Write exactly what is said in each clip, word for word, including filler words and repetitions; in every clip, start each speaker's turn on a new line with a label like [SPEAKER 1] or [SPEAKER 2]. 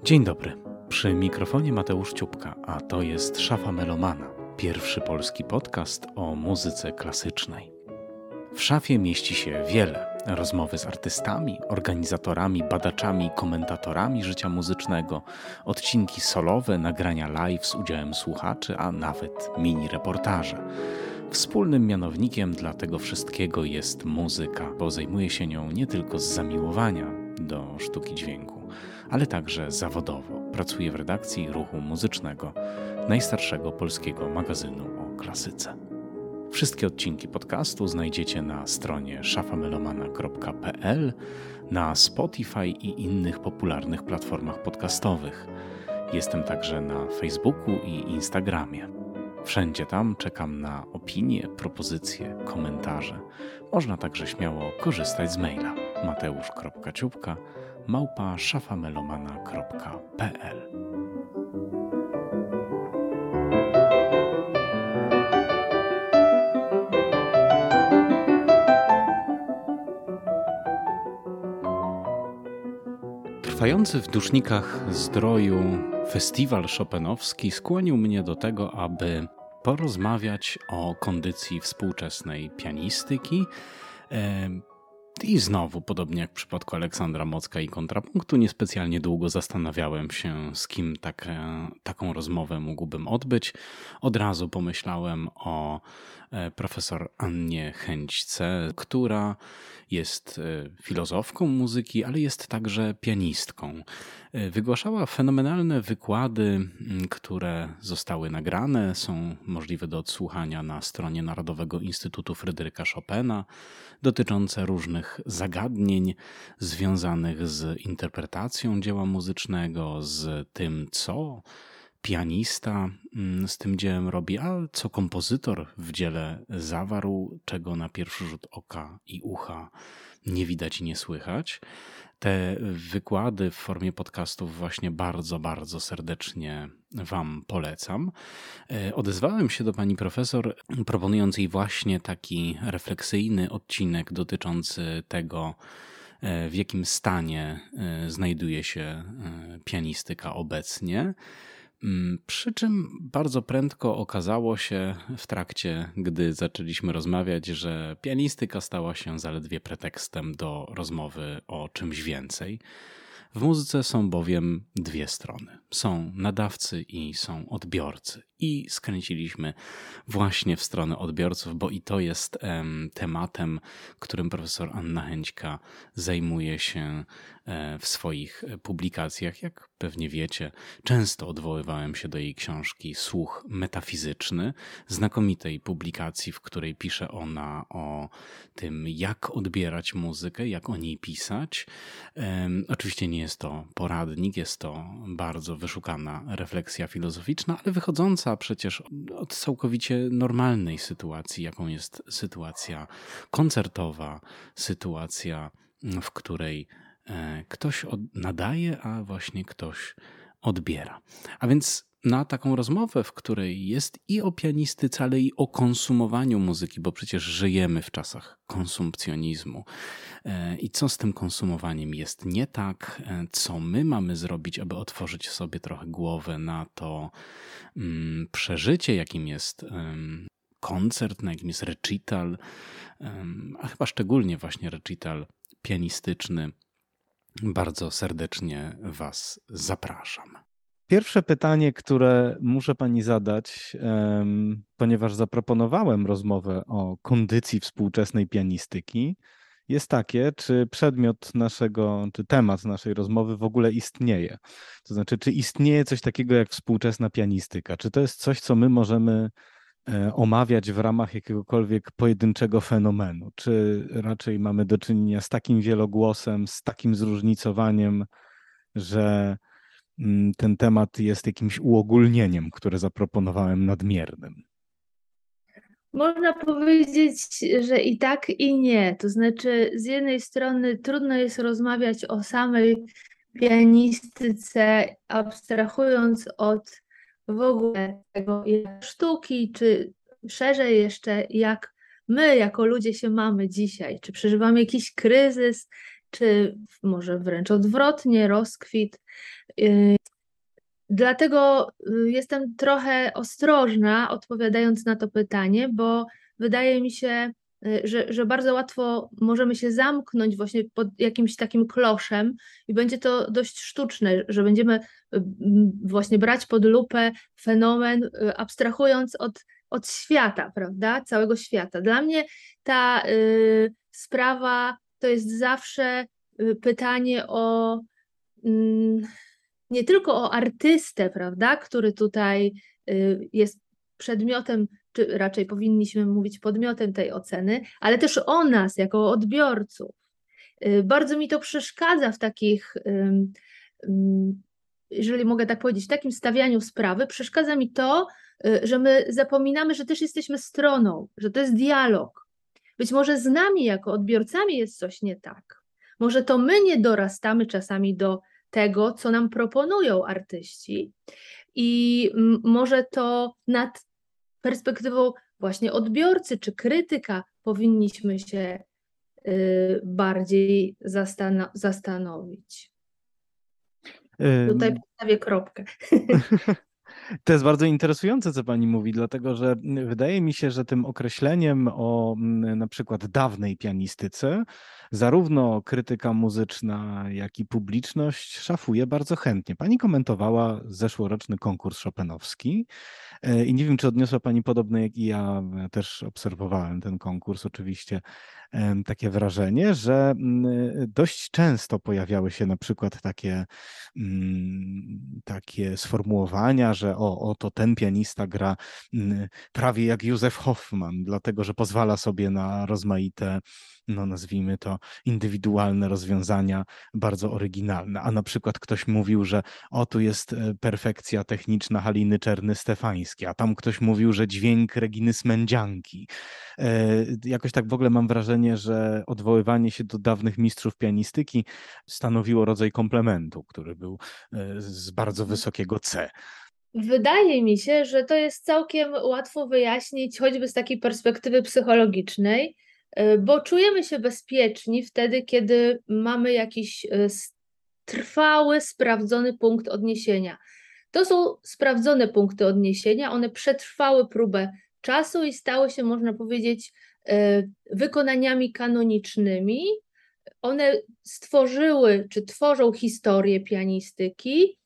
[SPEAKER 1] Dzień dobry, przy mikrofonie Mateusz Ciupka, a to jest Szafa Melomana, pierwszy polski podcast o muzyce klasycznej. W szafie mieści się wiele rozmowy z artystami, organizatorami, badaczami, komentatorami życia muzycznego, odcinki solowe, nagrania live z udziałem słuchaczy, a nawet mini-reportaże. Wspólnym mianownikiem dla tego wszystkiego jest muzyka, bo zajmuje się nią nie tylko z zamiłowania do sztuki dźwięku, ale także zawodowo. Pracuje w redakcji Ruchu Muzycznego, najstarszego polskiego magazynu o klasyce. Wszystkie odcinki podcastu znajdziecie na stronie szafamelomana kropka pe el, na Spotify i innych popularnych platformach podcastowych. Jestem także na Facebooku i Instagramie. Wszędzie tam czekam na opinie, propozycje, komentarze. Można także śmiało korzystać z maila mateusz kropka ciupka małpa szafamelomana kropka pe el. Trwający w Dusznikach Zdroju festiwal chopinowski skłonił mnie do tego, aby porozmawiać o kondycji współczesnej pianistyki. I znowu, podobnie jak w przypadku Aleksandra Mocka i kontrapunktu, niespecjalnie długo zastanawiałem się, z kim tak, taką rozmowę mógłbym odbyć. Od razu pomyślałem o profesor Annie Chęćce, która jest filozofką muzyki, ale jest także pianistką. Wygłaszała fenomenalne wykłady, które zostały nagrane, są możliwe do odsłuchania na stronie Narodowego Instytutu Fryderyka Chopina, dotyczące różnych zagadnień związanych z interpretacją dzieła muzycznego, z tym, co pianista z tym dziełem robi, a co kompozytor w dziele zawarł, czego na pierwszy rzut oka i ucha nie widać i nie słychać. Te wykłady w formie podcastów właśnie bardzo, bardzo serdecznie Wam polecam. Odezwałem się do pani profesor, proponując jej właśnie taki refleksyjny odcinek dotyczący tego, w jakim stanie znajduje się pianistyka obecnie. Przy czym bardzo prędko okazało się w trakcie, gdy zaczęliśmy rozmawiać, że pianistyka stała się zaledwie pretekstem do rozmowy o czymś więcej. W muzyce są bowiem dwie strony. Są nadawcy i są odbiorcy. I skręciliśmy właśnie w stronę odbiorców, bo i to jest em, tematem, którym profesor Anna Chęćka zajmuje się e, w swoich publikacjach. Jak pewnie wiecie, często odwoływałem się do jej książki Słuch metafizyczny, znakomitej publikacji, w której pisze ona o tym, jak odbierać muzykę, jak o niej pisać. Em, oczywiście nie jest to poradnik, jest to bardzo wyszukana refleksja filozoficzna, ale wychodząca przecież od całkowicie normalnej sytuacji, jaką jest sytuacja koncertowa, sytuacja, w której ktoś nadaje, a właśnie ktoś odbiera. A więc na taką rozmowę, w której jest i o pianistyce, ale i o konsumowaniu muzyki, bo przecież żyjemy w czasach konsumpcjonizmu. I co z tym konsumowaniem jest nie tak? Co my mamy zrobić, aby otworzyć sobie trochę głowę na to um, przeżycie, jakim jest um, koncert, na jakim jest recital, um, a chyba szczególnie właśnie recital pianistyczny. Bardzo serdecznie Was zapraszam. Pierwsze pytanie, które muszę pani zadać, um, ponieważ zaproponowałem rozmowę o kondycji współczesnej pianistyki, jest takie, czy przedmiot naszego, czy temat naszej rozmowy w ogóle istnieje. To znaczy, czy istnieje coś takiego jak współczesna pianistyka? Czy to jest coś, co my możemy e, omawiać w ramach jakiegokolwiek pojedynczego fenomenu? Czy raczej mamy do czynienia z takim wielogłosem, z takim zróżnicowaniem, że ten temat jest jakimś uogólnieniem, które zaproponowałem, nadmiernym?
[SPEAKER 2] Można powiedzieć, że i tak, i nie. To znaczy, z jednej strony trudno jest rozmawiać o samej pianistyce, abstrahując od w ogóle tego jak sztuki, czy szerzej jeszcze jak my jako ludzie się mamy dzisiaj. Czy przeżywamy jakiś kryzys, czy może wręcz odwrotnie, rozkwit. Y, Dlatego y, jestem trochę ostrożna odpowiadając na to pytanie, bo wydaje mi się, y, że, że bardzo łatwo możemy się zamknąć właśnie pod jakimś takim kloszem i będzie to dość sztuczne, że będziemy y, m, właśnie brać pod lupę fenomen, y, abstrahując od, od świata, prawda? Całego świata. Dla mnie ta y, sprawa to jest zawsze y, pytanie o mm, nie tylko o artystę, prawda, który tutaj y, jest przedmiotem, czy raczej powinniśmy mówić podmiotem tej oceny, ale też o nas jako odbiorców. Y, Bardzo mi to przeszkadza w takich, ym, ym, jeżeli mogę tak powiedzieć, w takim stawianiu sprawy, przeszkadza mi to, y, że my zapominamy, że też jesteśmy stroną, że to jest dialog. Być może z nami jako odbiorcami jest coś nie tak. Może to my nie dorastamy czasami do tego, co nam proponują artyści i m, może to nad perspektywą właśnie odbiorcy czy krytyka powinniśmy się y, bardziej zastano- zastanowić. Tutaj
[SPEAKER 1] Ym,
[SPEAKER 2] postawię kropkę.
[SPEAKER 1] To jest bardzo interesujące, co pani mówi, dlatego że wydaje mi się, że tym określeniem o mm, na przykład dawnej pianistyce zarówno krytyka muzyczna, jak i publiczność szafuje bardzo chętnie. Pani komentowała zeszłoroczny konkurs chopinowski e, i nie wiem, czy odniosła pani podobne jak i ja, ja też obserwowałem ten konkurs oczywiście, em, takie wrażenie, że mm, dość często pojawiały się na przykład takie mm, takie sformułowania, że o, oto ten pianista gra mm, prawie jak Józef Hoffman, dlatego że pozwala sobie na rozmaite, no nazwijmy to, indywidualne rozwiązania, bardzo oryginalne. A na przykład ktoś mówił, że o, tu jest e, perfekcja techniczna Haliny Czerny-Stefańskiej, a tam ktoś mówił, że dźwięk Reginy Smendzianki. E, Jakoś tak w ogóle mam wrażenie, że odwoływanie się do dawnych mistrzów pianistyki stanowiło rodzaj komplementu, który był e, z bardzo wysokiego C.
[SPEAKER 2] Wydaje mi się, że to jest całkiem łatwo wyjaśnić, choćby z takiej perspektywy psychologicznej, y, bo czujemy się bezpieczni wtedy, kiedy mamy jakiś y, s- trwały, sprawdzony punkt odniesienia. To są sprawdzone punkty odniesienia, one przetrwały próbę czasu i stały się, można powiedzieć, y, wykonaniami kanonicznymi. One stworzyły, czy tworzą historię pianistyki.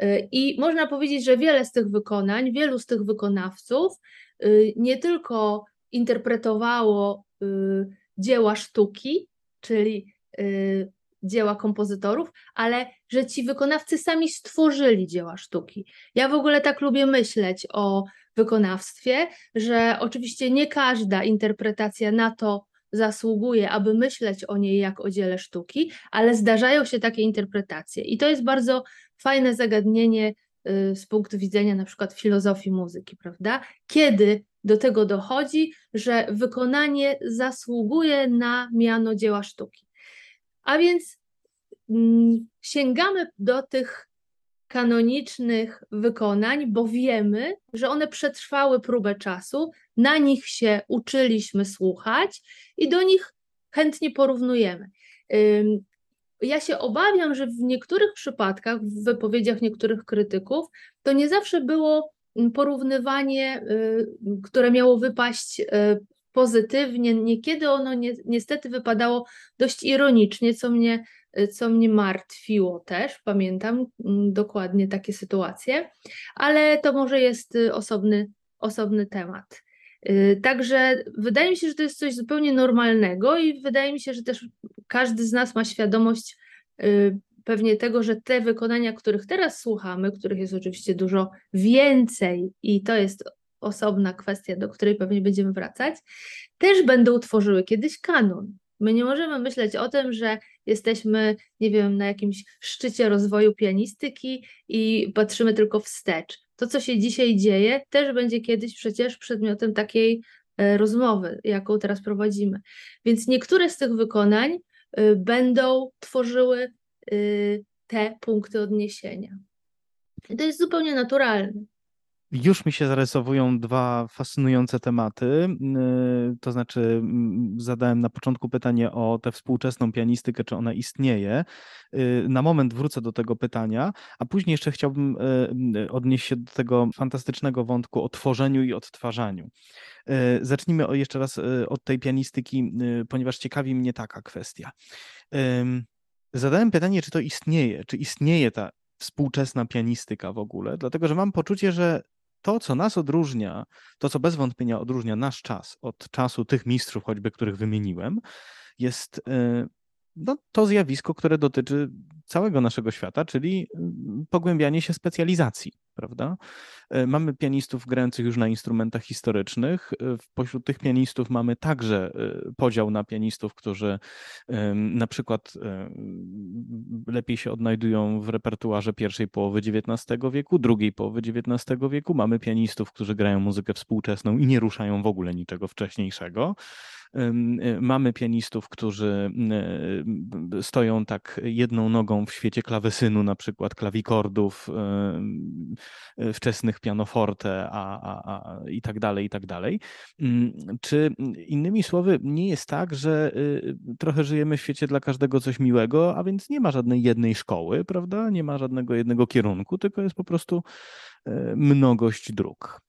[SPEAKER 2] I można powiedzieć, że wiele z tych wykonań, wielu z tych wykonawców y, nie tylko interpretowało y, dzieła sztuki, czyli y, dzieła kompozytorów, ale że ci wykonawcy sami stworzyli dzieła sztuki. Ja w ogóle tak lubię myśleć o wykonawstwie, że oczywiście nie każda interpretacja na to zasługuje, aby myśleć o niej jak o dziele sztuki, ale zdarzają się takie interpretacje. I to jest bardzo fajne zagadnienie y, z punktu widzenia na przykład filozofii muzyki, prawda? Kiedy do tego dochodzi, że wykonanie zasługuje na miano dzieła sztuki. A więc mm, sięgamy do tych kanonicznych wykonań, bo wiemy, że one przetrwały próbę czasu, na nich się uczyliśmy słuchać i do nich chętnie porównujemy. Ym, Ja się obawiam, że w niektórych przypadkach, w wypowiedziach niektórych krytyków, to nie zawsze było mm, porównywanie, y, które miało wypaść y, pozytywnie. Niekiedy ono ni niestety wypadało dość ironicznie, co mnie, y, co mnie martwiło też. Pamiętam mm, dokładnie takie sytuacje, ale to może jest y, osobny, osobny temat. Y, Także wydaje mi się, że to jest coś zupełnie normalnego i wydaje mi się, że też każdy z nas ma świadomość y, pewnie tego, że te wykonania, których teraz słuchamy, których jest oczywiście dużo więcej i to jest osobna kwestia, do której pewnie będziemy wracać, też będą tworzyły kiedyś kanon. My nie możemy myśleć o tym, że jesteśmy, nie wiem, na jakimś szczycie rozwoju pianistyki i patrzymy tylko wstecz. To, co się dzisiaj dzieje, też będzie kiedyś przecież przedmiotem takiej e, rozmowy, jaką teraz prowadzimy. Więc niektóre z tych wykonań y, będą tworzyły y, te punkty odniesienia. I to jest zupełnie naturalne.
[SPEAKER 3] Już mi się zarysowują dwa fascynujące tematy. Yy, To znaczy, mm, zadałem na początku pytanie o tę współczesną pianistykę, czy ona istnieje. Yy, Na moment wrócę do tego pytania, a później jeszcze chciałbym yy, odnieść się do tego fantastycznego wątku o tworzeniu i odtwarzaniu. Yy, Zacznijmy o- jeszcze raz yy, od tej pianistyki, yy, ponieważ ciekawi mnie taka kwestia. Ym, Zadałem pytanie, czy to istnieje, czy istnieje ta współczesna pianistyka w ogóle, dlatego że mam poczucie, że to, co nas odróżnia, to, co bez wątpienia odróżnia nasz czas od czasu tych mistrzów, choćby których wymieniłem, jest y, no, to zjawisko, które dotyczy całego naszego świata, czyli y, pogłębianie się specjalizacji, prawda? Y, Mamy pianistów grających już na instrumentach historycznych. Y, Pośród tych pianistów mamy także y, podział na pianistów, którzy ym, na przykład y, lepiej się odnajdują w repertuarze pierwszej połowy dziewiętnastego wieku, drugiej połowy dziewiętnastego wieku. Mamy pianistów, którzy grają muzykę współczesną i nie ruszają w ogóle niczego wcześniejszego. Ym, y, Mamy pianistów, którzy y, stoją tak jedną nogą w świecie klawesynu, na przykład klawikordów, y, y, wczesnych pianoforte, a, a, a, i tak dalej, i tak dalej. Ym, Czy innymi słowy, nie jest tak, że y, trochę żyjemy w świecie dla każdego coś miłego, a więc nie ma żadnej jednej szkoły, prawda? Nie ma żadnego jednego kierunku, tylko jest po prostu y, mnogość dróg.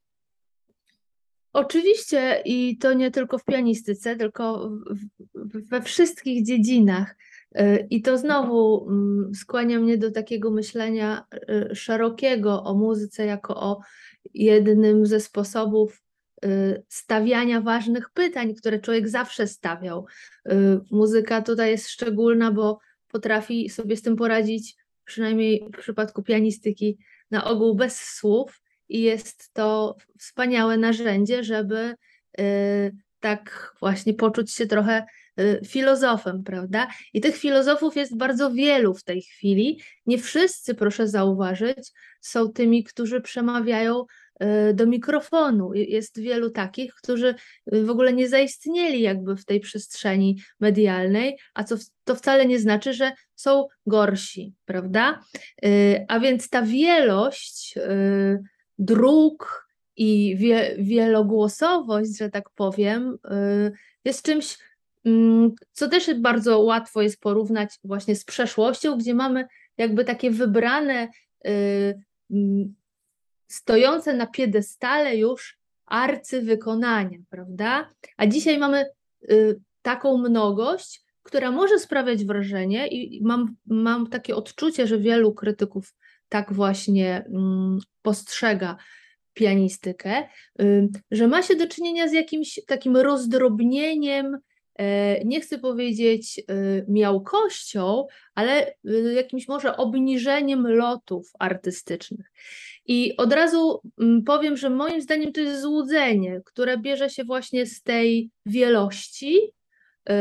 [SPEAKER 2] Oczywiście i to nie tylko w pianistyce, tylko w, w, we wszystkich dziedzinach. Y, I to znowu mm, skłania mnie do takiego myślenia y, szerokiego o muzyce jako o jednym ze sposobów y, stawiania ważnych pytań, które człowiek zawsze stawiał. Y, Muzyka tutaj jest szczególna, bo potrafi sobie z tym poradzić, przynajmniej w przypadku pianistyki, na ogół bez słów i jest to wspaniałe narzędzie, żeby y, tak właśnie poczuć się trochę y, filozofem, prawda? I tych filozofów jest bardzo wielu w tej chwili. Nie wszyscy, proszę zauważyć, są tymi, którzy przemawiają y, do mikrofonu. I- Jest wielu takich, którzy y, w ogóle nie zaistnieli jakby w tej przestrzeni medialnej, a co w- to wcale nie znaczy, że są gorsi, prawda? Y, A więc ta wielość y, dróg i wie, wielogłosowość, że tak powiem, y, jest czymś, mm, co też bardzo łatwo jest porównać właśnie z przeszłością, gdzie mamy jakby takie wybrane, y, mm, stojące na piedestale już arcywykonania, prawda? A dzisiaj mamy y, taką mnogość, która może sprawiać wrażenie i mam, mam takie odczucie, że wielu krytyków tak właśnie mm, postrzega pianistykę, y, że ma się do czynienia z jakimś takim rozdrobnieniem, e, nie chcę powiedzieć y, miałkością, ale y, jakimś może obniżeniem lotów artystycznych. I od razu mm, powiem, że moim zdaniem to jest złudzenie, które bierze się właśnie z tej wielości y,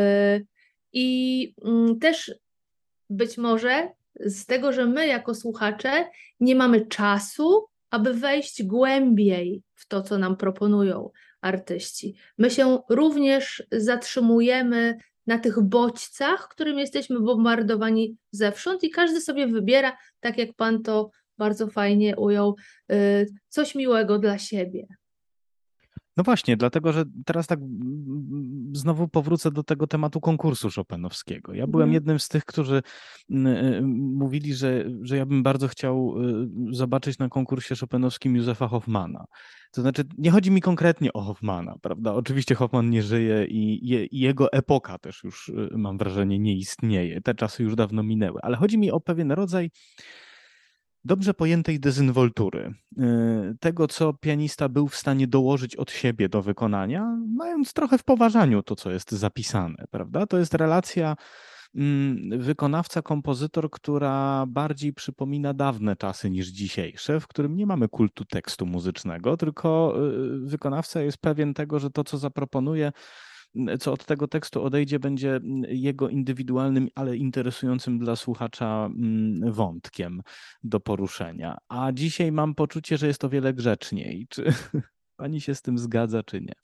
[SPEAKER 2] i mm, też być może z tego, że my jako słuchacze nie mamy czasu, aby wejść głębiej w to, co nam proponują artyści. My się również zatrzymujemy na tych bodźcach, którym jesteśmy bombardowani zewsząd i każdy sobie wybiera, tak jak pan to bardzo fajnie ujął, y, coś miłego dla siebie.
[SPEAKER 3] No właśnie, dlatego że teraz tak mm, znowu powrócę do tego tematu konkursu chopinowskiego. Ja byłem
[SPEAKER 2] Mhm.
[SPEAKER 3] jednym z tych, którzy mm, y, mówili, że, że ja bym bardzo chciał y, zobaczyć na konkursie chopinowskim Józefa Hoffmana. To znaczy, nie chodzi mi konkretnie o Hoffmana, prawda? Oczywiście Hoffman nie żyje i, je, i jego epoka też już, y, mam wrażenie, nie istnieje. Te czasy już dawno minęły, ale chodzi mi o pewien rodzaj dobrze pojętej dezynwoltury, y, tego, co pianista był w stanie dołożyć od siebie do wykonania, mając trochę w poważaniu to, co jest zapisane, prawda? To jest relacja mm, wykonawca-kompozytor, która bardziej przypomina dawne czasy niż dzisiejsze, w którym nie mamy kultu tekstu muzycznego, tylko y, wykonawca jest pewien tego, że to, co zaproponuje, co od tego tekstu odejdzie, będzie jego indywidualnym, ale interesującym dla słuchacza mm, wątkiem do poruszenia. A dzisiaj mam poczucie, że jest o wiele grzeczniej. Czy pani się z tym zgadza, czy nie?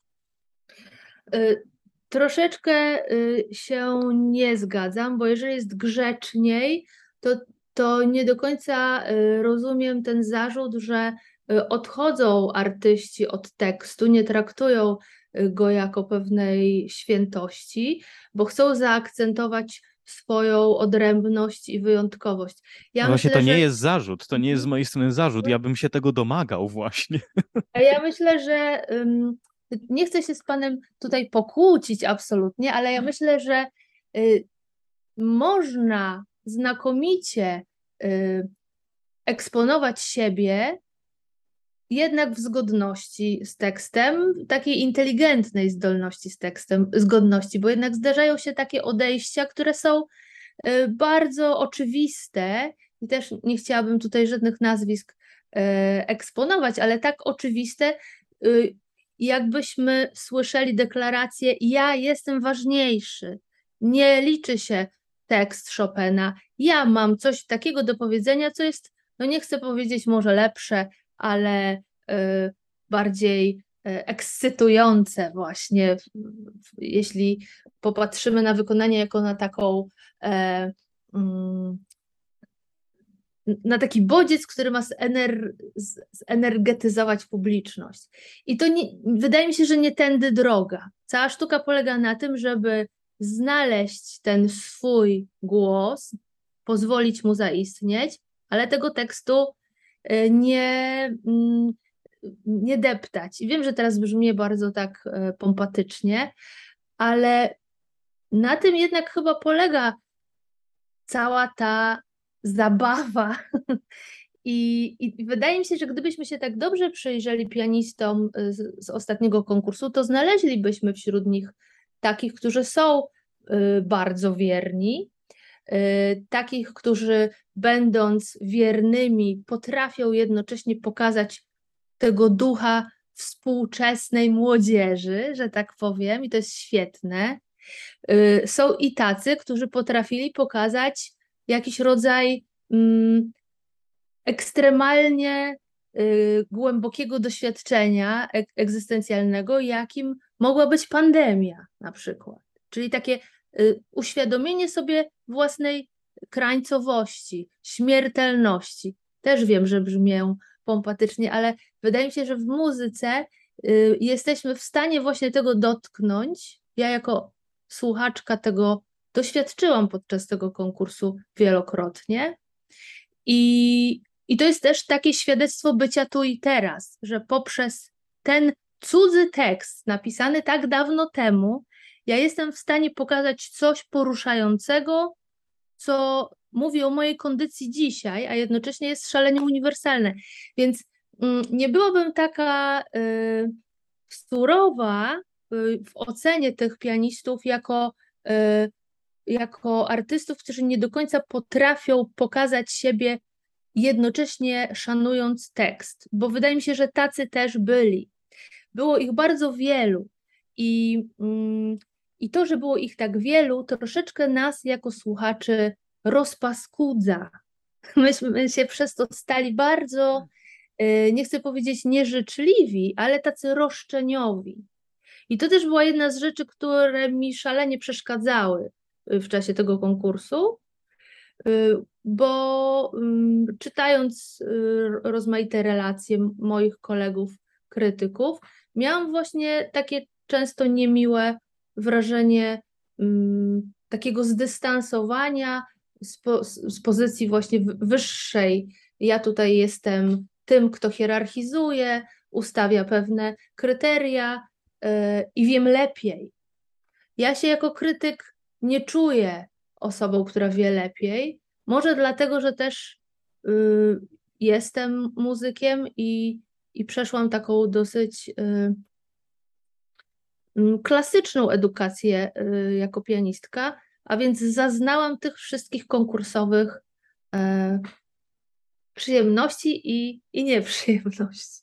[SPEAKER 2] Y, Troszeczkę y, się nie zgadzam, bo jeżeli jest grzeczniej, to, to nie do końca y, rozumiem ten zarzut, że y, odchodzą artyści od tekstu, nie traktują y, go jako pewnej świętości, bo chcą zaakcentować swoją odrębność i wyjątkowość. Ja
[SPEAKER 3] No właśnie to
[SPEAKER 2] myślę,
[SPEAKER 3] nie
[SPEAKER 2] że
[SPEAKER 3] jest zarzut, to nie jest z mojej strony zarzut, ja bym się tego domagał właśnie.
[SPEAKER 2] A ja myślę, że ym, nie chcę się z panem tutaj pokłócić absolutnie, ale ja myślę, że y, można znakomicie y, eksponować siebie jednak w zgodności z tekstem, takiej inteligentnej zdolności z tekstem, zgodności, bo jednak zdarzają się takie odejścia, które są y, bardzo oczywiste i też nie chciałabym tutaj żadnych nazwisk y, eksponować, ale tak oczywiste, y, jakbyśmy słyszeli deklarację: ja jestem ważniejszy, nie liczy się tekst Chopina, ja mam coś takiego do powiedzenia, co jest, no nie chcę powiedzieć może lepsze, ale y, bardziej y, ekscytujące właśnie, w- w- jeśli popatrzymy na wykonanie jako na taką e, mm, na taki bodziec, który ma zener z- zenergetyzować publiczność. I to nie, wydaje mi się, że nie tędy droga. Cała sztuka polega na tym, żeby znaleźć ten swój głos, pozwolić mu zaistnieć, ale tego tekstu y, nie, mm, nie deptać. I wiem, że teraz brzmi bardzo tak e, pompatycznie, ale na tym jednak chyba polega cała ta zabawa. I, I wydaje mi się, że gdybyśmy się tak dobrze przyjrzeli pianistom y, z, z ostatniego konkursu, to znaleźlibyśmy wśród nich takich, którzy są y, bardzo wierni, y, takich, którzy będąc wiernymi, potrafią jednocześnie pokazać tego ducha współczesnej młodzieży, że tak powiem, i to jest świetne. Y, Są i tacy, którzy potrafili pokazać jakiś rodzaj mm, ekstremalnie y, głębokiego doświadczenia ek egzystencjalnego, jakim mogła być pandemia na przykład. Czyli takie y, uświadomienie sobie własnej krańcowości, śmiertelności. Też wiem, że brzmię pompatycznie, ale wydaje mi się, że w muzyce y, jesteśmy w stanie właśnie tego dotknąć. Ja jako słuchaczka tego doświadczyłam podczas tego konkursu wielokrotnie. I, I to jest też takie świadectwo bycia tu i teraz, że poprzez ten cudzy tekst napisany tak dawno temu, ja jestem w stanie pokazać coś poruszającego, co mówi o mojej kondycji dzisiaj, a jednocześnie jest szalenie uniwersalne. Więc mm, nie byłabym taka y, surowa y, w ocenie tych pianistów jako, y, jako artystów, którzy nie do końca potrafią pokazać siebie jednocześnie szanując tekst, bo wydaje mi się, że tacy też byli. Było ich bardzo wielu i, mm, i to, że było ich tak wielu, troszeczkę nas jako słuchaczy rozpaskudza. Myśmy się przez to stali bardzo, y, nie chcę powiedzieć nieżyczliwi, ale tacy roszczeniowi. I to też była jedna z rzeczy, które mi szalenie przeszkadzały y, w czasie tego konkursu, y, bo ym, czytając y, rozmaite relacje moich kolegów, krytyków, miałam właśnie takie często niemiłe wrażenie ym, takiego zdystansowania z, po, z pozycji właśnie w- wyższej. Ja tutaj jestem tym, kto hierarchizuje, ustawia pewne kryteria y, i wiem lepiej. Ja się jako krytyk nie czuję osobą, która wie lepiej. Może dlatego, że też y, jestem muzykiem i, i przeszłam taką dosyć y, mm, klasyczną edukację y, jako pianistka, a więc zaznałam tych wszystkich konkursowych y, przyjemności i, i nieprzyjemności.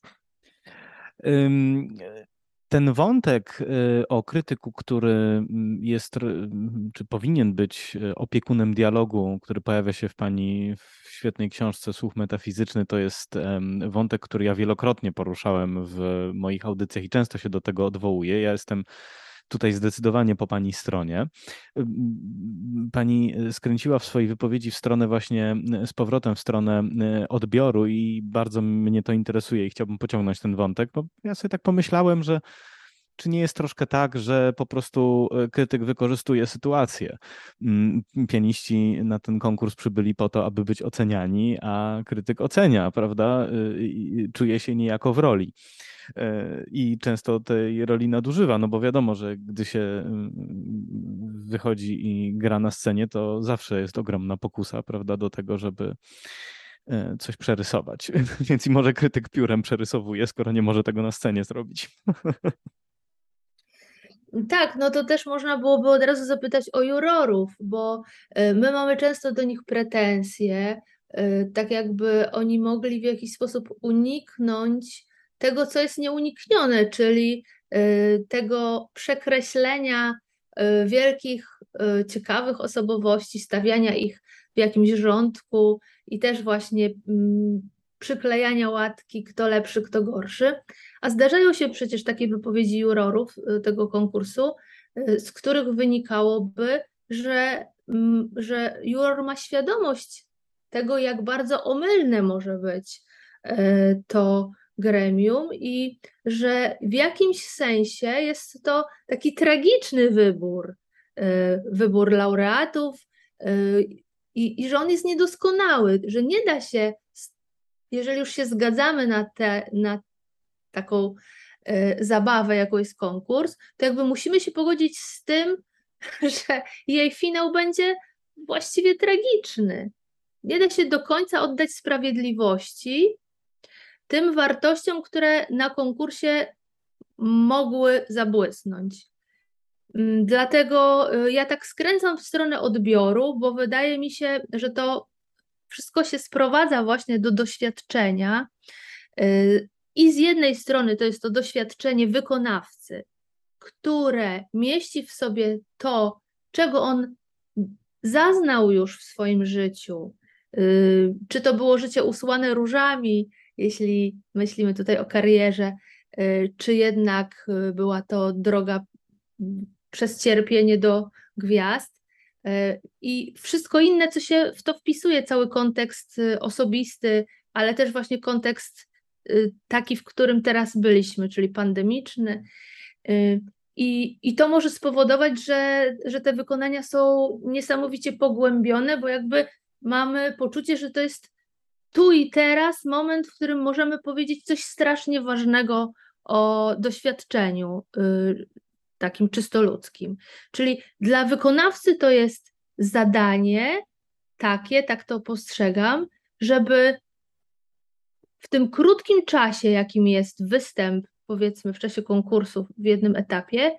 [SPEAKER 3] Ym, Ten wątek y, o krytyku, który mm, jest, r- m, czy powinien być y, opiekunem dialogu, który pojawia się w pani w świetnej książce Słuch metafizyczny, to jest em, wątek, który ja wielokrotnie poruszałem w moich audycjach i często się do tego odwołuję. Ja jestem tutaj zdecydowanie po pani stronie. Pani skręciła w swojej wypowiedzi w stronę właśnie, z powrotem w stronę odbioru i bardzo mnie to interesuje i chciałbym pociągnąć ten wątek, bo ja sobie tak pomyślałem, że czy nie jest troszkę tak, że po prostu krytyk wykorzystuje sytuację? Pianiści na ten konkurs przybyli po to, aby być oceniani, a krytyk ocenia, prawda? I czuje się niejako w roli. I często tej roli nadużywa, no bo wiadomo, że gdy się wychodzi i gra na scenie, to zawsze jest ogromna pokusa, prawda, do tego, żeby coś przerysować. Więc i może krytyk piórem przerysowuje, skoro nie może tego na scenie zrobić.
[SPEAKER 2] Tak, no to też można byłoby od razu zapytać o jurorów, bo my mamy często do nich pretensje, tak jakby oni mogli w jakiś sposób uniknąć tego, co jest nieuniknione, czyli tego przekreślenia wielkich, ciekawych osobowości, stawiania ich w jakimś rządku i też właśnie przyklejania łatki, kto lepszy, kto gorszy. A zdarzają się przecież takie wypowiedzi jurorów tego konkursu, z których wynikałoby, że, że juror ma świadomość tego, jak bardzo omylne może być to gremium i że w jakimś sensie jest to taki tragiczny wybór, wybór laureatów i, i że on jest niedoskonały, że nie da się, jeżeli już się zgadzamy na, te, na taką y, zabawę, jaką jest konkurs, to jakby musimy się pogodzić z tym, że jej finał będzie właściwie tragiczny. Nie da się do końca oddać sprawiedliwości tym wartościom, które na konkursie mogły zabłysnąć. Dlatego ja tak skręcam w stronę odbioru, bo wydaje mi się, że to wszystko się sprowadza właśnie do doświadczenia. I z jednej strony to jest to doświadczenie wykonawcy, które mieści w sobie to, czego on zaznał już w swoim życiu. Czy to było życie usłane różami, jeśli myślimy tutaj o karierze, czy jednak była to droga przez cierpienie do gwiazd. I wszystko inne, co się w to wpisuje, cały kontekst osobisty, ale też właśnie kontekst taki, w którym teraz byliśmy, czyli pandemiczny. I, i to może spowodować, że, że te wykonania są niesamowicie pogłębione, bo jakby mamy poczucie, że to jest tu i teraz moment, w którym możemy powiedzieć coś strasznie ważnego o doświadczeniu takim czysto ludzkim. Czyli dla wykonawcy to jest zadanie takie, tak to postrzegam, żeby w tym krótkim czasie, jakim jest występ, powiedzmy w czasie konkursów w jednym etapie,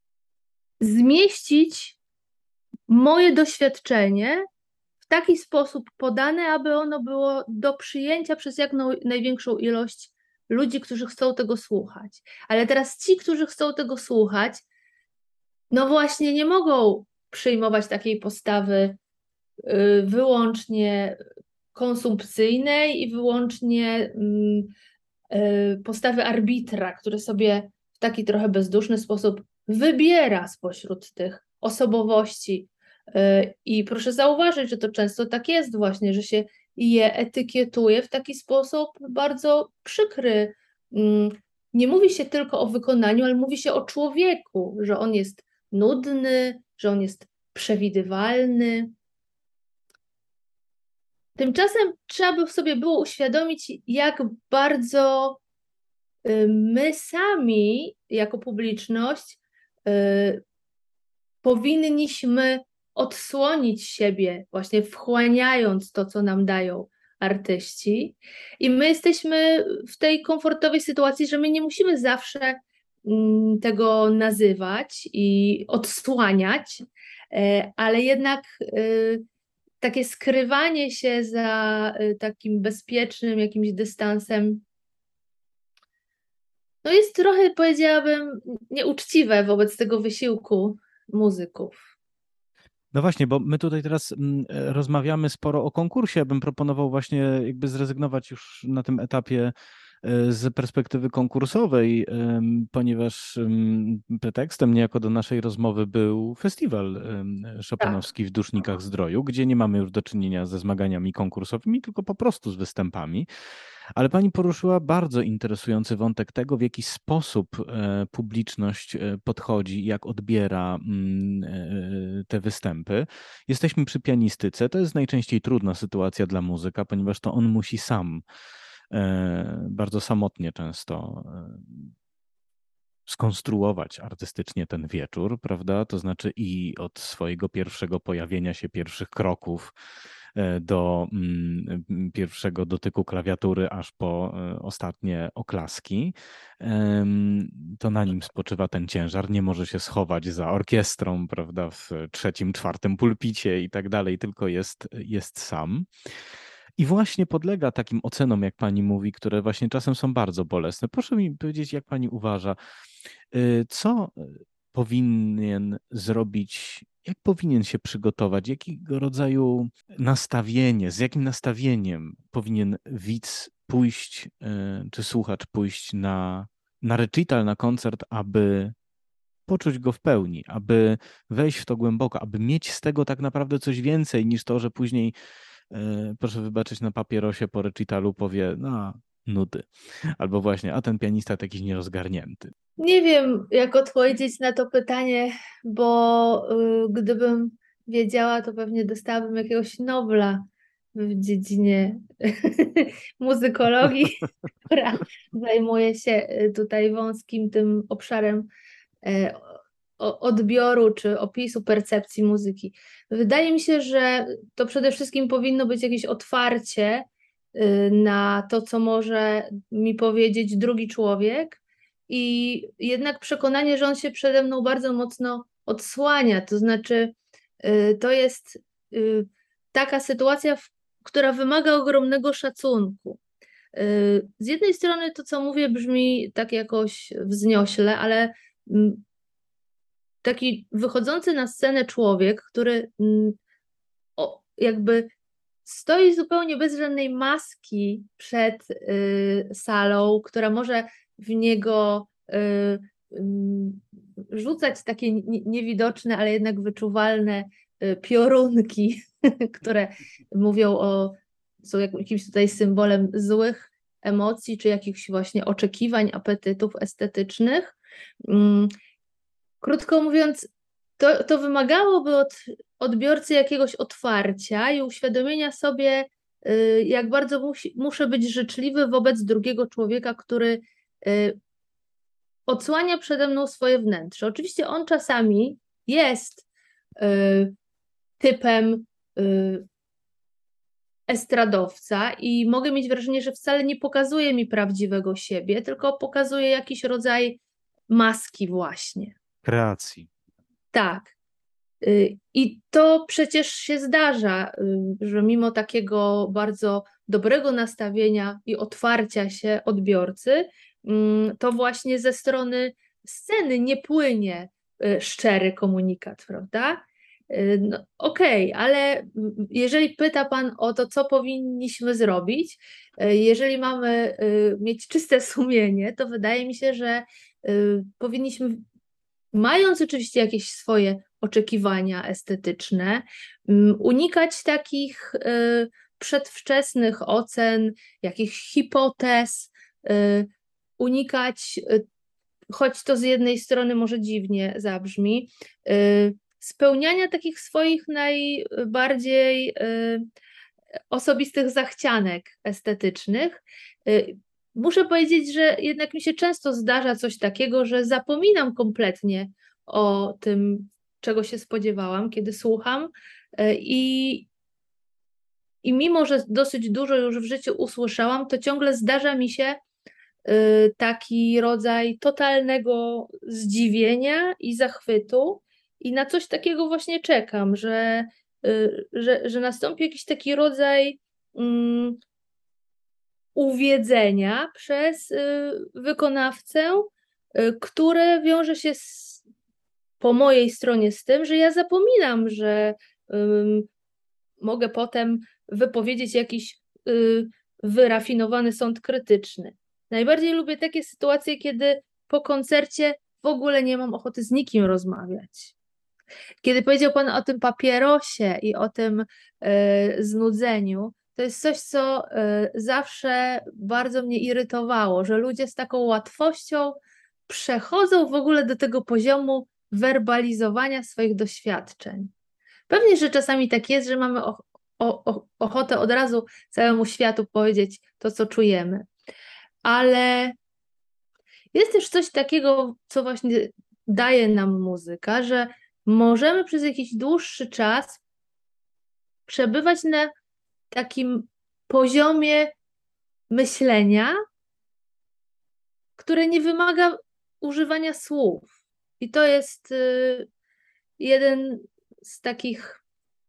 [SPEAKER 2] zmieścić moje doświadczenie w taki sposób podane, aby ono było do przyjęcia przez jak największą ilość ludzi, którzy chcą tego słuchać. Ale teraz ci, którzy chcą tego słuchać, no właśnie nie mogą przyjmować takiej postawy y, wyłącznie konsumpcyjnej i wyłącznie y, y, postawy arbitra, który sobie w taki trochę bezduszny sposób wybiera spośród tych osobowości. Y, I proszę zauważyć, że to często tak jest właśnie, że się je etykietuje w taki sposób bardzo przykry. Y, nie mówi się tylko o wykonaniu, ale mówi się o człowieku, że on jest nudny, że on jest przewidywalny. Tymczasem trzeba by sobie było uświadomić, jak bardzo my sami, jako publiczność, powinniśmy odsłonić siebie, właśnie wchłaniając to, co nam dają artyści. I my jesteśmy w tej komfortowej sytuacji, że my nie musimy zawsze tego nazywać i odsłaniać, ale jednak takie skrywanie się za takim bezpiecznym jakimś dystansem no jest trochę, powiedziałabym, nieuczciwe wobec tego wysiłku muzyków.
[SPEAKER 3] No właśnie, bo my tutaj teraz rozmawiamy sporo o konkursie. Ja bym proponował właśnie jakby zrezygnować już na tym etapie z perspektywy konkursowej, ponieważ pretekstem niejako do naszej rozmowy był festiwal
[SPEAKER 2] Tak.
[SPEAKER 3] chopinowski w Dusznikach Zdroju, gdzie nie mamy już do czynienia ze zmaganiami konkursowymi, tylko po prostu z występami. Ale pani poruszyła bardzo interesujący wątek tego, w jaki sposób e, publiczność e, podchodzi, jak odbiera mm, e, te występy. Jesteśmy przy pianistyce. To jest najczęściej trudna sytuacja dla muzyka, ponieważ to on musi sam, e, bardzo samotnie często e, skonstruować artystycznie ten wieczór, prawda? To znaczy i od swojego pierwszego pojawienia się, pierwszych kroków e, do mm, pierwszego dotyku klawiatury, aż po e, ostatnie oklaski. Em, To na nim spoczywa ten ciężar. Nie może się schować za orkiestrą, prawda, w trzecim, czwartym pulpicie i tak dalej, tylko jest, jest sam. I właśnie podlega takim ocenom, jak pani mówi, które właśnie czasem są bardzo bolesne. Proszę mi powiedzieć, jak pani uważa, y, co y, powinien zrobić, jak powinien się przygotować, jakiego rodzaju nastawienie, z jakim nastawieniem powinien widz pójść, y, czy słuchacz pójść na, na recital, na koncert, aby poczuć go w pełni, aby wejść w to głęboko, aby mieć z tego tak naprawdę coś więcej niż to, że później, e, proszę wybaczyć, na papierosie po recitalu powie, no nudy. Albo właśnie, a ten pianista jakiś nierozgarnięty.
[SPEAKER 2] Nie wiem, jak odpowiedzieć na to pytanie, bo y, gdybym wiedziała, to pewnie dostałabym jakiegoś Nobla w dziedzinie muzykologii, która zajmuje się y, tutaj wąskim tym obszarem e, o- odbioru czy opisu percepcji muzyki. Wydaje mi się, że to przede wszystkim powinno być jakieś otwarcie y, na to, co może mi powiedzieć drugi człowiek, i jednak przekonanie, że on się przede mną bardzo mocno odsłania. To znaczy, y, to jest y, taka sytuacja, w- która wymaga ogromnego szacunku. Y, Z jednej strony to, co mówię, brzmi tak jakoś wzniośle, ale mm, taki wychodzący na scenę człowiek, który mm, o, jakby stoi zupełnie bez żadnej maski przed y, salą, która może w niego y, ym, rzucać takie nie- niewidoczne, ale jednak wyczuwalne y, piorunki, które mówią o, są jakimś tutaj symbolem złych emocji, czy jakichś właśnie oczekiwań, apetytów estetycznych. Ym, Krótko mówiąc, to, to wymagałoby od odbiorcy jakiegoś otwarcia i uświadomienia sobie, y, jak bardzo musi, muszę być życzliwy wobec drugiego człowieka, który y, odsłania przede mną swoje wnętrze. Oczywiście on czasami jest y, typem y, estradowca i mogę mieć wrażenie, że wcale nie pokazuje mi prawdziwego siebie, tylko pokazuje jakiś rodzaj maski właśnie.
[SPEAKER 3] Kreacji.
[SPEAKER 2] Tak. Y, I to przecież się zdarza, y, że mimo takiego bardzo dobrego nastawienia i otwarcia się odbiorcy, mm, to właśnie ze strony sceny nie płynie y, szczery komunikat, prawda? Y, No, okej, ale mm, jeżeli pyta Pan o to, co powinniśmy zrobić, y, jeżeli mamy y, mieć czyste sumienie, to wydaje mi się, że y, powinniśmy, mając oczywiście jakieś swoje oczekiwania estetyczne, mm, unikać takich y, przedwczesnych ocen, jakichś hipotez, y, unikać, y, choć to z jednej strony może dziwnie zabrzmi, y, spełniania takich swoich najbardziej y, osobistych zachcianek estetycznych. Y, Muszę powiedzieć, że jednak mi się często zdarza coś takiego, że zapominam kompletnie o tym, czego się spodziewałam, kiedy słucham. Y, I, i mimo, że dosyć dużo już w życiu usłyszałam, to ciągle zdarza mi się y, taki rodzaj totalnego zdziwienia i zachwytu. I na coś takiego właśnie czekam, że, y, że, że nastąpi jakiś taki rodzaj mm, uwiedzenia przez y, wykonawcę, y, które wiąże się z, po mojej stronie z tym, że ja zapominam, że ym, mogę potem wypowiedzieć jakiś y, wyrafinowany sąd krytyczny. Najbardziej lubię takie sytuacje, kiedy po koncercie w ogóle nie mam ochoty z nikim rozmawiać. Kiedy powiedział Pan o tym papierosie i o tym e, znudzeniu, to jest coś, co e, zawsze bardzo mnie irytowało, że ludzie z taką łatwością przechodzą w ogóle do tego poziomu werbalizowania swoich doświadczeń. Pewnie, że czasami tak jest, że mamy o, o, o, ochotę od razu całemu światu powiedzieć to, co czujemy, ale jest też coś takiego, co właśnie daje nam muzyka, że możemy przez jakiś dłuższy czas przebywać na takim poziomie myślenia, które nie wymaga używania słów. I to jest y, jeden z takich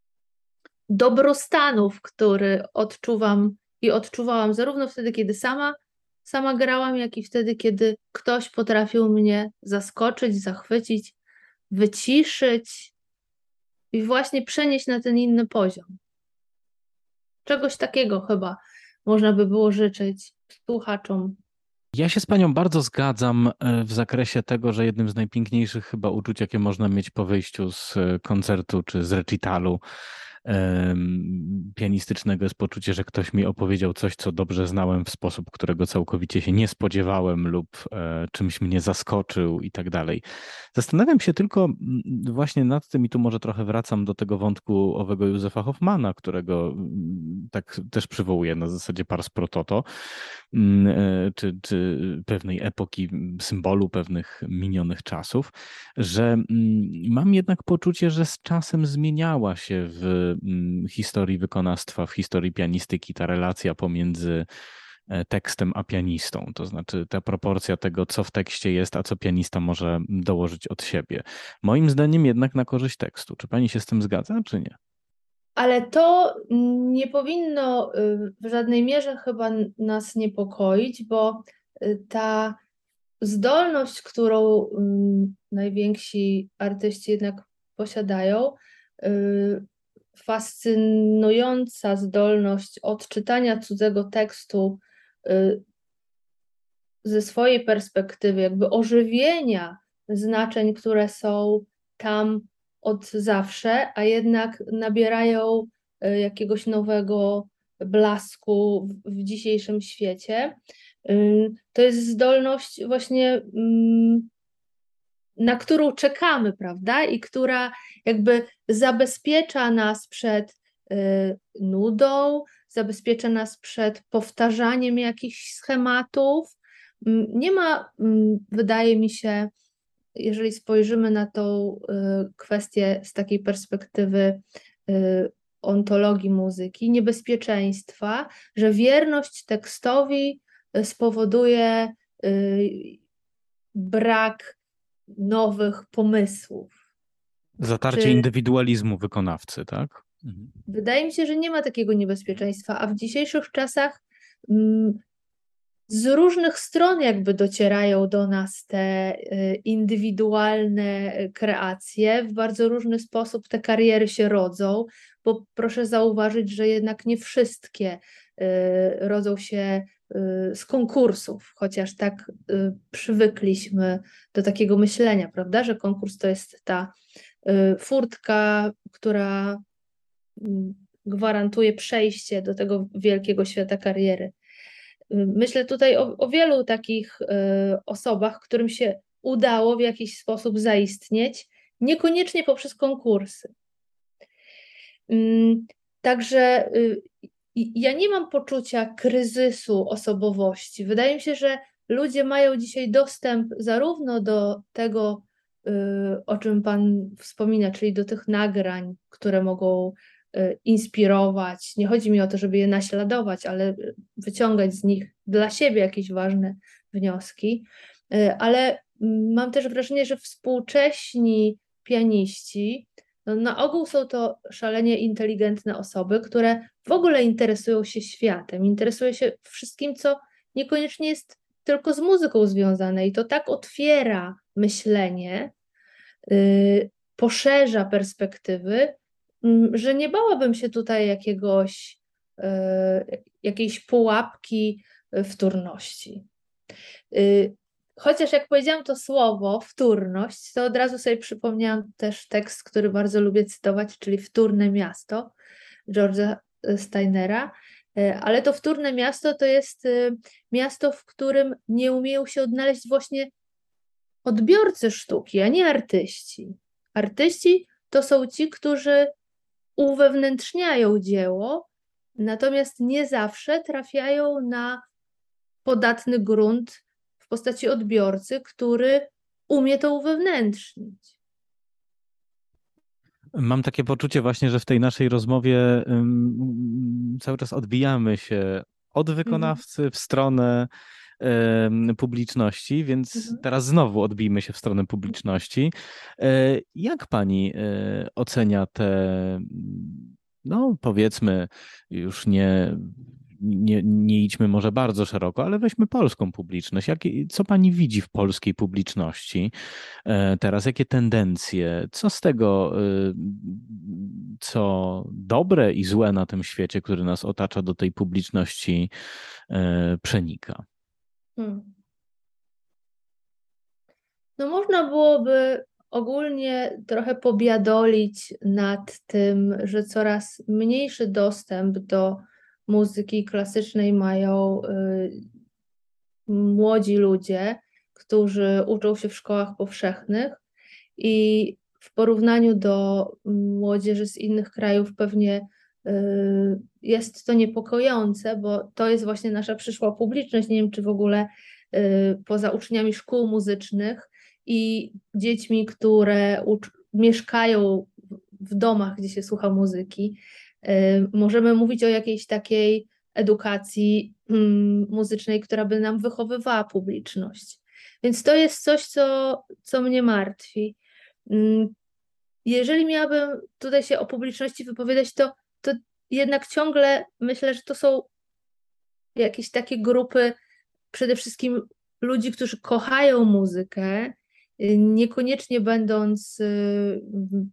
[SPEAKER 2] dobrostanów, który odczuwam i odczuwałam zarówno wtedy, kiedy sama, sama grałam, jak i wtedy, kiedy ktoś potrafił mnie zaskoczyć, zachwycić, wyciszyć i właśnie przenieść na ten inny poziom. Czegoś takiego chyba można by było życzyć słuchaczom.
[SPEAKER 1] Ja się z Panią bardzo zgadzam e, w zakresie tego, że jednym z najpiękniejszych chyba uczuć, jakie można mieć po wyjściu z e, koncertu czy z recitalu em, pianistycznego, jest poczucie, że ktoś mi opowiedział coś, co dobrze znałem w sposób, którego całkowicie się nie spodziewałem lub e, czymś mnie zaskoczył i tak dalej. Zastanawiam się tylko mm, właśnie nad tym i tu może trochę wracam do tego wątku owego Józefa Hoffmana, którego mm, tak też przywołuję na zasadzie pars pro toto, mm, e, czy, czy pewnej epoki, symbolu pewnych minionych czasów, że mm, mam jednak poczucie, że z czasem zmieniała się w mm, historii wykonawstwa, w historii pianistyki ta relacja pomiędzy e, tekstem a pianistą. To znaczy ta proporcja tego, co w tekście jest, a co pianista może dołożyć od siebie. Moim zdaniem jednak na korzyść tekstu. Czy pani się z tym zgadza, czy nie?
[SPEAKER 2] Ale to nie powinno y, w żadnej mierze chyba n- nas niepokoić, bo y, ta zdolność, którą ym, najwięksi artyści jednak posiadają, y, fascynująca zdolność odczytania cudzego tekstu y, ze swojej perspektywy, jakby ożywienia znaczeń, które są tam od zawsze, a jednak nabierają y, jakiegoś nowego blasku w, w dzisiejszym świecie. Y, To jest zdolność właśnie, mm, na którą czekamy, prawda? I która jakby zabezpiecza nas przed y, nudą, zabezpiecza nas przed powtarzaniem jakichś schematów. Mm, Nie ma, mm, wydaje mi się, jeżeli spojrzymy na tą y, kwestię z takiej perspektywy y, ontologii muzyki, niebezpieczeństwa, że wierność tekstowi y, spowoduje y, brak nowych pomysłów.
[SPEAKER 1] Zatarcie
[SPEAKER 2] Czy
[SPEAKER 1] indywidualizmu wykonawcy, tak? Mhm.
[SPEAKER 2] wydaje mi się, że nie ma takiego niebezpieczeństwa, a w dzisiejszych czasach mm, z różnych stron jakby docierają do nas te y, indywidualne y, kreacje. W bardzo różny sposób te kariery się rodzą, bo proszę zauważyć, że jednak nie wszystkie y, rodzą się y, z konkursów, chociaż tak y, przywykliśmy do takiego myślenia, prawda, że konkurs to jest ta y, furtka, która mm, gwarantuje przejście do tego wielkiego świata kariery. Myślę tutaj o, o wielu takich y, osobach, którym się udało w jakiś sposób zaistnieć, niekoniecznie poprzez konkursy. Ym, Także y, i- ja nie mam poczucia kryzysu osobowości. Wydaje mi się, że ludzie mają dzisiaj dostęp zarówno do tego, y, o czym Pan wspomina, czyli do tych nagrań, które mogą y, inspirować. Nie chodzi mi o to, żeby je naśladować, ale wyciągać z nich dla siebie jakieś ważne wnioski. Y, Ale mm, mam też wrażenie, że współcześni pianiści, no, na ogół są to szalenie inteligentne osoby, które w ogóle interesują się światem, interesują się wszystkim, co niekoniecznie jest tylko z muzyką związane, i to tak otwiera myślenie, yy, poszerza perspektywy, mm, że nie bałabym się tutaj jakiegoś, yy, jakiejś pułapki yy, wtórności. Y, Chociaż jak powiedziałam to słowo, wtórność, to od razu sobie przypomniałam też tekst, który bardzo lubię cytować, czyli Wtórne miasto George'a Steinera. Y, Ale to wtórne miasto to jest y, miasto, w którym nie umieją się odnaleźć właśnie odbiorcy sztuki, a nie artyści. Artyści to są ci, którzy uwewnętrzniają dzieło, natomiast nie zawsze trafiają na podatny grunt w postaci odbiorcy, który umie to uwewnętrznić.
[SPEAKER 3] Mam takie poczucie właśnie, że w tej naszej rozmowie ym, cały czas odbijamy się od wykonawcy w stronę ym, publiczności, więc
[SPEAKER 2] Mhm.
[SPEAKER 3] teraz znowu odbijmy się w stronę publiczności. E, Jak pani e, ocenia te, no powiedzmy, już nie, nie, nie idźmy może bardzo szeroko, ale weźmy polską publiczność. Jakie, co pani widzi w polskiej publiczności e, teraz? Jakie tendencje? Co z tego, y, co dobre i złe na tym świecie, który nas otacza, do tej publiczności e, przenika?
[SPEAKER 2] Hmm. No można byłoby ogólnie trochę pobiadolić nad tym, że coraz mniejszy dostęp do muzyki klasycznej mają y, młodzi ludzie, którzy uczą się w szkołach powszechnych i w porównaniu do młodzieży z innych krajów pewnie y, jest to niepokojące, bo to jest właśnie nasza przyszła publiczność. Nie wiem, czy w ogóle y, poza uczniami szkół muzycznych i dziećmi, które ucz- mieszkają w domach, gdzie się słucha muzyki, y, możemy mówić o jakiejś takiej edukacji mm, muzycznej, która by nam wychowywała publiczność. Więc to jest coś, co, co mnie martwi. Mm, Jeżeli miałabym tutaj się o publiczności wypowiadać, to, to jednak ciągle myślę, że to są jakieś takie grupy, przede wszystkim ludzi, którzy kochają muzykę, y, niekoniecznie będąc y,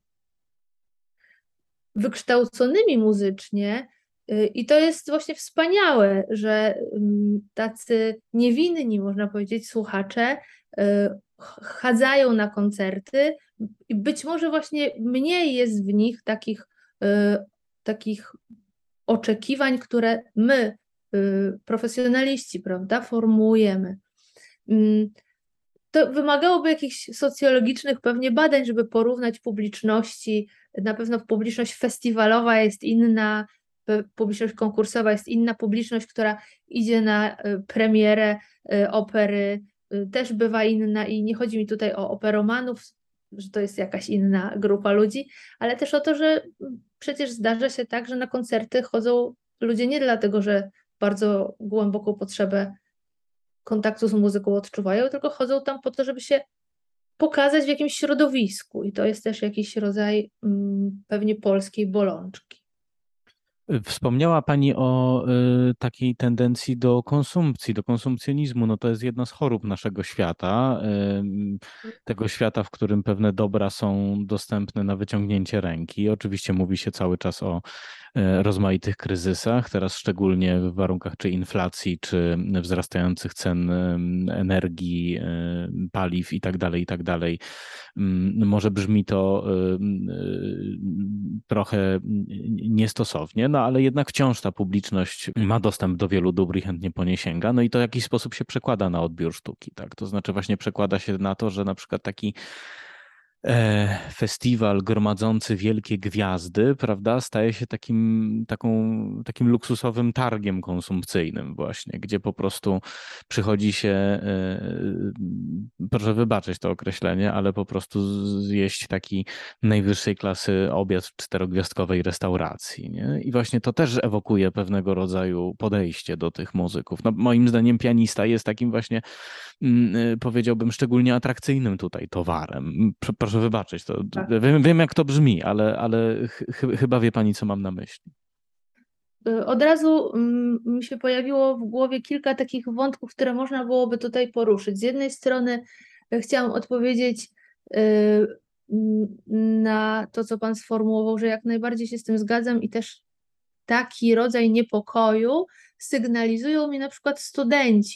[SPEAKER 2] wykształconymi muzycznie. y, I to jest właśnie wspaniałe, że mm, tacy niewinni, można powiedzieć, słuchacze y, ch- chadzają na koncerty i być może właśnie mniej jest w nich takich, y, takich oczekiwań, które my, y, profesjonaliści, prawda, formułujemy. Mm, To wymagałoby jakichś socjologicznych pewnie badań, żeby porównać publiczności. Na pewno publiczność festiwalowa jest inna, pe- publiczność konkursowa jest inna, publiczność, która idzie na y, premierę y, opery, y, też bywa inna i nie chodzi mi tutaj o operomanów, że to jest jakaś inna grupa ludzi, ale też o to, że mm, przecież zdarza się tak, że na koncerty chodzą ludzie nie dlatego, że bardzo głęboką potrzebę kontaktu z muzyką odczuwają, tylko chodzą tam po to, żeby się pokazać w jakimś środowisku. I to jest też jakiś rodzaj mm, pewnie polskiej bolączki.
[SPEAKER 3] Wspomniała Pani o y, takiej tendencji do konsumpcji, do konsumpcjonizmu. No to jest jedna z chorób naszego świata, y, tego świata, w którym pewne dobra są dostępne na wyciągnięcie ręki. Oczywiście mówi się cały czas o y, rozmaitych kryzysach, teraz szczególnie w warunkach czy inflacji, czy wzrastających cen y, energii, y, paliw i tak dalej, i tak dalej. Mm, Może brzmi to y, y, trochę niestosownie, no ale jednak wciąż ta publiczność ma dostęp do wielu dóbr i chętnie po nie sięga, no i to w jakiś sposób się przekłada na odbiór sztuki, tak? To znaczy właśnie przekłada się na to, że na przykład taki e, festiwal gromadzący wielkie gwiazdy, prawda, staje się takim, taką, takim luksusowym targiem konsumpcyjnym właśnie, gdzie po prostu przychodzi się, e, proszę wybaczyć to określenie, ale po prostu zjeść taki najwyższej klasy obiad w czterogwiazdkowej restauracji, nie? I właśnie to też ewokuje pewnego rodzaju podejście do tych muzyków. No, moim zdaniem pianista jest takim właśnie, mm, y, powiedziałbym, szczególnie atrakcyjnym tutaj towarem. Prze- Proszę wybaczyć, to
[SPEAKER 2] Tak.
[SPEAKER 3] wiem, wiem jak to brzmi, ale, ale ch ch- chyba wie pani, co mam na myśli.
[SPEAKER 2] Y, Od razu mm, mi się pojawiło w głowie kilka takich wątków, które można byłoby tutaj poruszyć. Z jednej strony y, chciałam odpowiedzieć y, mm, na to, co Pan sformułował, że jak najbardziej się z tym zgadzam i też taki rodzaj niepokoju sygnalizują mi na przykład studenci.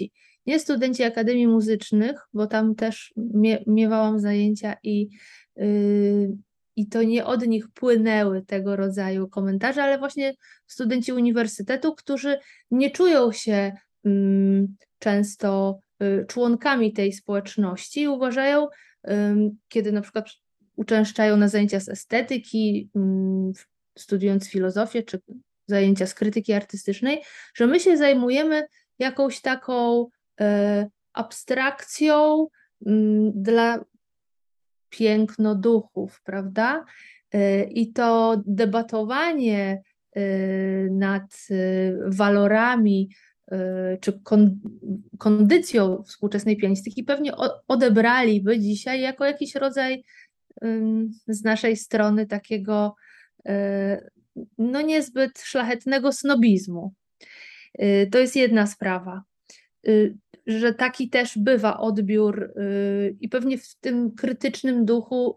[SPEAKER 2] nie studenci Akademii Muzycznych, bo tam też mie miewałam zajęcia i, yy, i to nie od nich płynęły tego rodzaju komentarze, ale właśnie studenci uniwersytetu, którzy nie czują się mm, często y, członkami tej społeczności i uważają, ym, kiedy na przykład uczęszczają na zajęcia z estetyki, ym, studiując filozofię, czy zajęcia z krytyki artystycznej, że my się zajmujemy jakąś taką e, abstrakcją m, dla pięknoduchów, prawda? E, I to debatowanie e, nad e, walorami e, czy kon, kondycją współczesnej pianistyki pewnie o, odebraliby dzisiaj jako jakiś rodzaj ym, z naszej strony takiego e, no niezbyt szlachetnego snobizmu. Y, To jest jedna sprawa, y, że taki też bywa odbiór y, i pewnie w tym krytycznym duchu,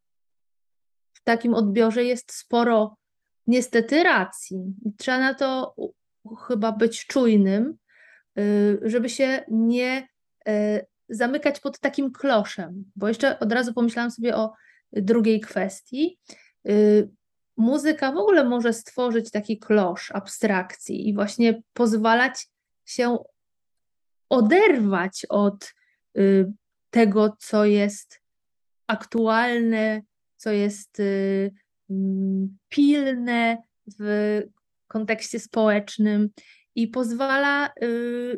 [SPEAKER 2] w takim odbiorze jest sporo niestety racji. Trzeba na to u- chyba być czujnym, y, żeby się nie y, zamykać pod takim kloszem, bo jeszcze od razu pomyślałam sobie o drugiej kwestii. Y, Muzyka w ogóle może stworzyć taki klosz abstrakcji i właśnie pozwalać się oderwać od y, tego, co jest aktualne, co jest y, mm, pilne w kontekście społecznym i pozwala y,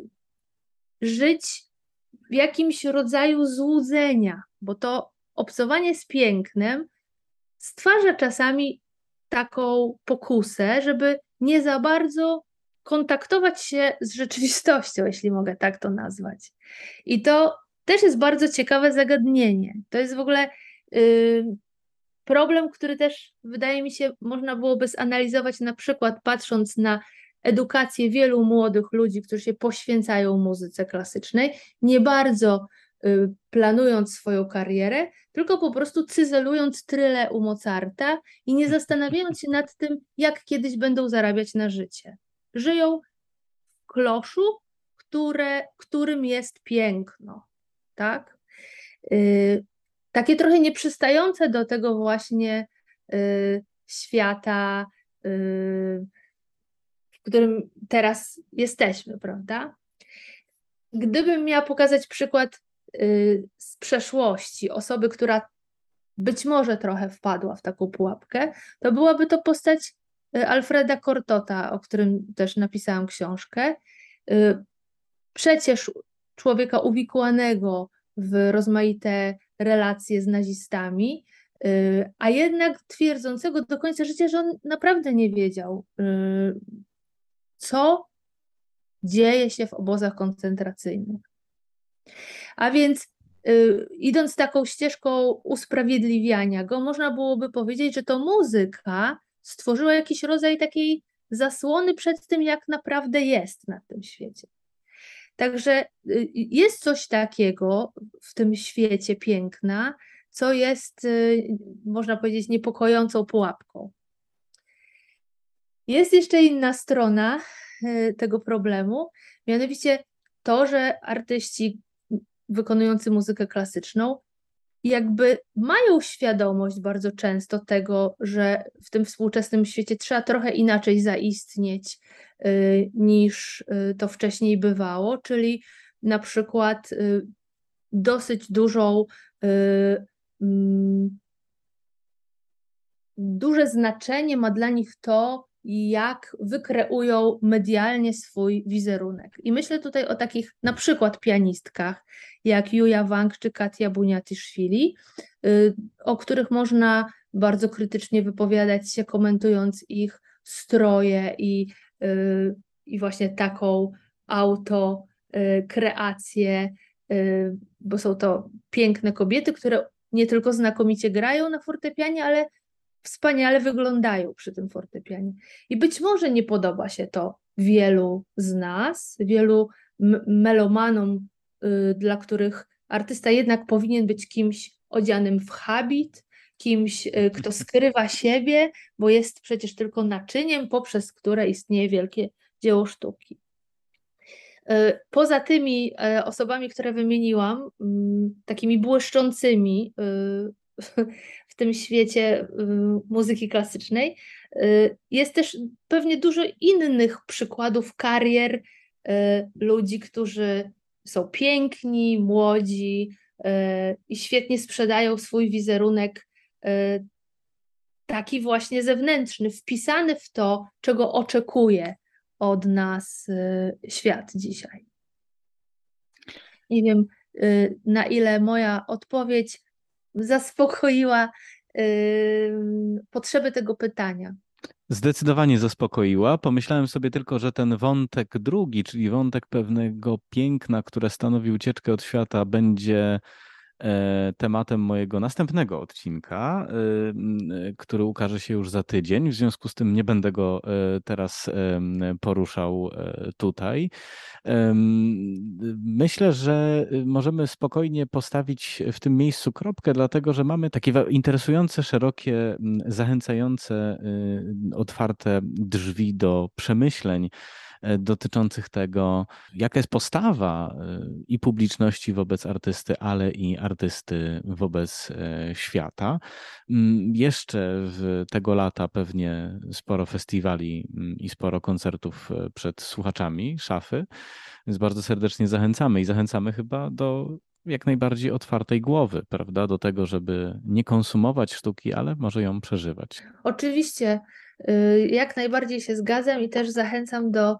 [SPEAKER 2] żyć w jakimś rodzaju złudzenia, bo to obcowanie z pięknem stwarza czasami taką pokusę, żeby nie za bardzo kontaktować się z rzeczywistością, jeśli mogę tak to nazwać. I to też jest bardzo ciekawe zagadnienie. To jest w ogóle y, problem, który też wydaje mi się można byłoby zanalizować na przykład patrząc na edukację wielu młodych ludzi, którzy się poświęcają muzyce klasycznej, nie bardzo y, planując swoją karierę, tylko po prostu cyzelując trylę u Mozarta i nie zastanawiając się nad tym, jak kiedyś będą zarabiać na życie. Żyją w kloszu, które, którym jest piękno, tak? Y, Takie trochę nieprzystające do tego właśnie y, świata, y, w którym teraz jesteśmy, prawda? Gdybym miała pokazać przykład y, z przeszłości, osoby, która być może trochę wpadła w taką pułapkę, to byłaby to postać y, Alfreda Cortota, o którym też napisałam książkę. Y, Przecież człowieka uwikłanego w rozmaite relacje z nazistami, y, a jednak twierdzącego do końca życia, że on naprawdę nie wiedział, y, co dzieje się w obozach koncentracyjnych. A więc y, idąc taką ścieżką usprawiedliwiania go, można byłoby powiedzieć, że to muzyka stworzyła jakiś rodzaj takiej zasłony przed tym, jak naprawdę jest na tym świecie. Także y, jest coś takiego w tym świecie piękna, co jest, y, można powiedzieć, niepokojącą pułapką. Jest jeszcze inna strona y, tego problemu, mianowicie to, że artyści wykonujący muzykę klasyczną jakby mają świadomość bardzo często tego, że w tym współczesnym świecie trzeba trochę inaczej zaistnieć y, niż y, to wcześniej bywało, czyli na przykład y, dosyć dużą y, mm, duże znaczenie ma dla nich to, jak wykreują medialnie swój wizerunek. I myślę tutaj o takich na przykład pianistkach, jak Julia Wang czy Katia Buniatyszwili, y, o których można bardzo krytycznie wypowiadać się, komentując ich stroje i, y, i właśnie taką autokreację, y, bo są to piękne kobiety, które nie tylko znakomicie grają na fortepianie, ale wspaniale wyglądają przy tym fortepianie. I być może nie podoba się to wielu z nas, wielu melomanom, y, dla których artysta jednak powinien być kimś odzianym w habit, kimś, y, kto skrywa siebie, bo jest przecież tylko naczyniem, poprzez które istnieje wielkie dzieło sztuki. Poza tymi osobami, które wymieniłam, takimi błyszczącymi w tym świecie muzyki klasycznej, jest też pewnie dużo innych przykładów karier ludzi, którzy są piękni, młodzi i świetnie sprzedają swój wizerunek, taki właśnie zewnętrzny, wpisany w to, czego oczekuje od nas świat dzisiaj. Nie wiem, na ile moja odpowiedź zaspokoiła potrzeby tego pytania.
[SPEAKER 3] Zdecydowanie zaspokoiła. Pomyślałem sobie tylko, że ten wątek drugi, czyli wątek pewnego piękna, które stanowi ucieczkę od świata, będzie tematem mojego następnego odcinka, który ukaże się już za tydzień. W związku z tym nie będę go teraz poruszał tutaj. Myślę, że możemy spokojnie postawić w tym miejscu kropkę, dlatego że mamy takie interesujące, szerokie, zachęcające, otwarte drzwi do przemyśleń dotyczących tego, jaka jest postawa i publiczności wobec artysty, ale i artysty wobec świata. Jeszcze w tego lata pewnie sporo festiwali i sporo koncertów przed słuchaczami Szafy, więc bardzo serdecznie zachęcamy i zachęcamy chyba do jak najbardziej otwartej głowy, prawda, do tego, żeby nie konsumować sztuki, ale może ją przeżywać.
[SPEAKER 2] Oczywiście, jak najbardziej się zgadzam i też zachęcam do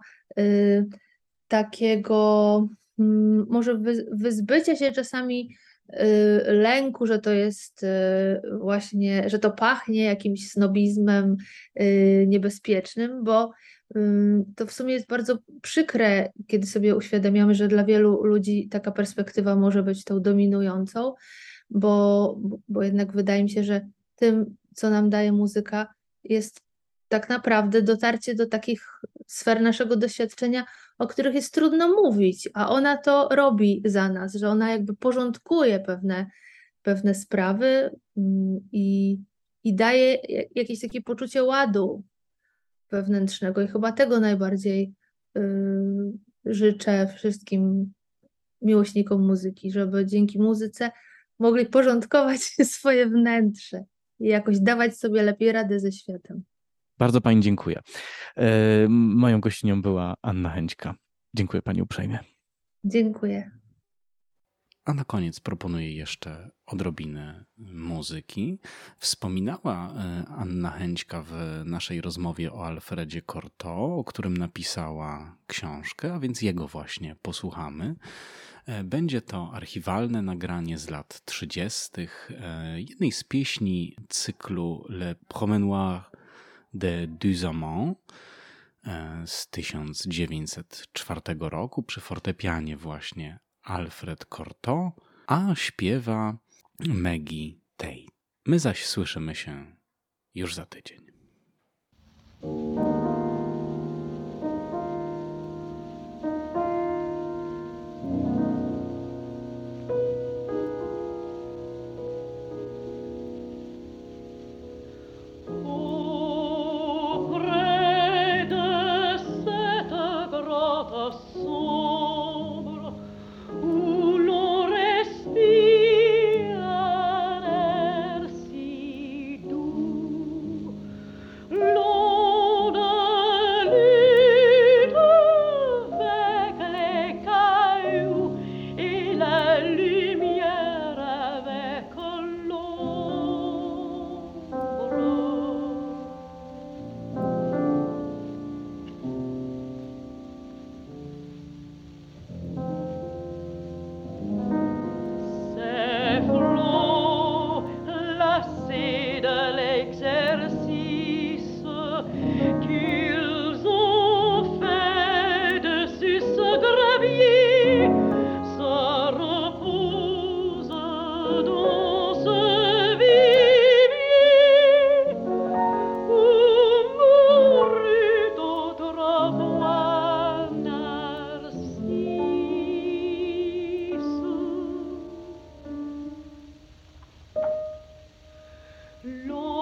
[SPEAKER 2] takiego może wyzbycia się czasami lęku, że to jest właśnie, że to pachnie jakimś snobizmem niebezpiecznym, bo to w sumie jest bardzo przykre, kiedy sobie uświadamiamy, że dla wielu ludzi taka perspektywa może być tą dominującą, bo, bo jednak wydaje mi się, że tym, co nam daje muzyka, jest tak naprawdę dotarcie do takich sfer naszego doświadczenia, o których jest trudno mówić, a ona to robi za nas, że ona jakby porządkuje pewne, pewne sprawy i, i daje jakieś takie poczucie ładu wewnętrznego i chyba tego najbardziej yy, życzę wszystkim miłośnikom muzyki, żeby dzięki muzyce mogli porządkować swoje wnętrze i jakoś dawać sobie lepiej radę ze światem.
[SPEAKER 3] Bardzo Pani dziękuję. Moją gościnią była Anna Hęćka. Dziękuję Pani uprzejmie.
[SPEAKER 2] Dziękuję.
[SPEAKER 1] A na koniec proponuję jeszcze odrobinę muzyki. Wspominała Anna Hęćka w naszej rozmowie o Alfredzie Cortot, o którym napisała książkę, a więc jego właśnie posłuchamy. Będzie to archiwalne nagranie z lat trzydziestych, jednej z pieśni cyklu Le Promenoir de deux Amants z tysiąc dziewięćset czwartego roku przy fortepianie właśnie Alfred Cortot, a śpiewa Maggie Tate. My zaś słyszymy się już za tydzień.
[SPEAKER 4] Lord.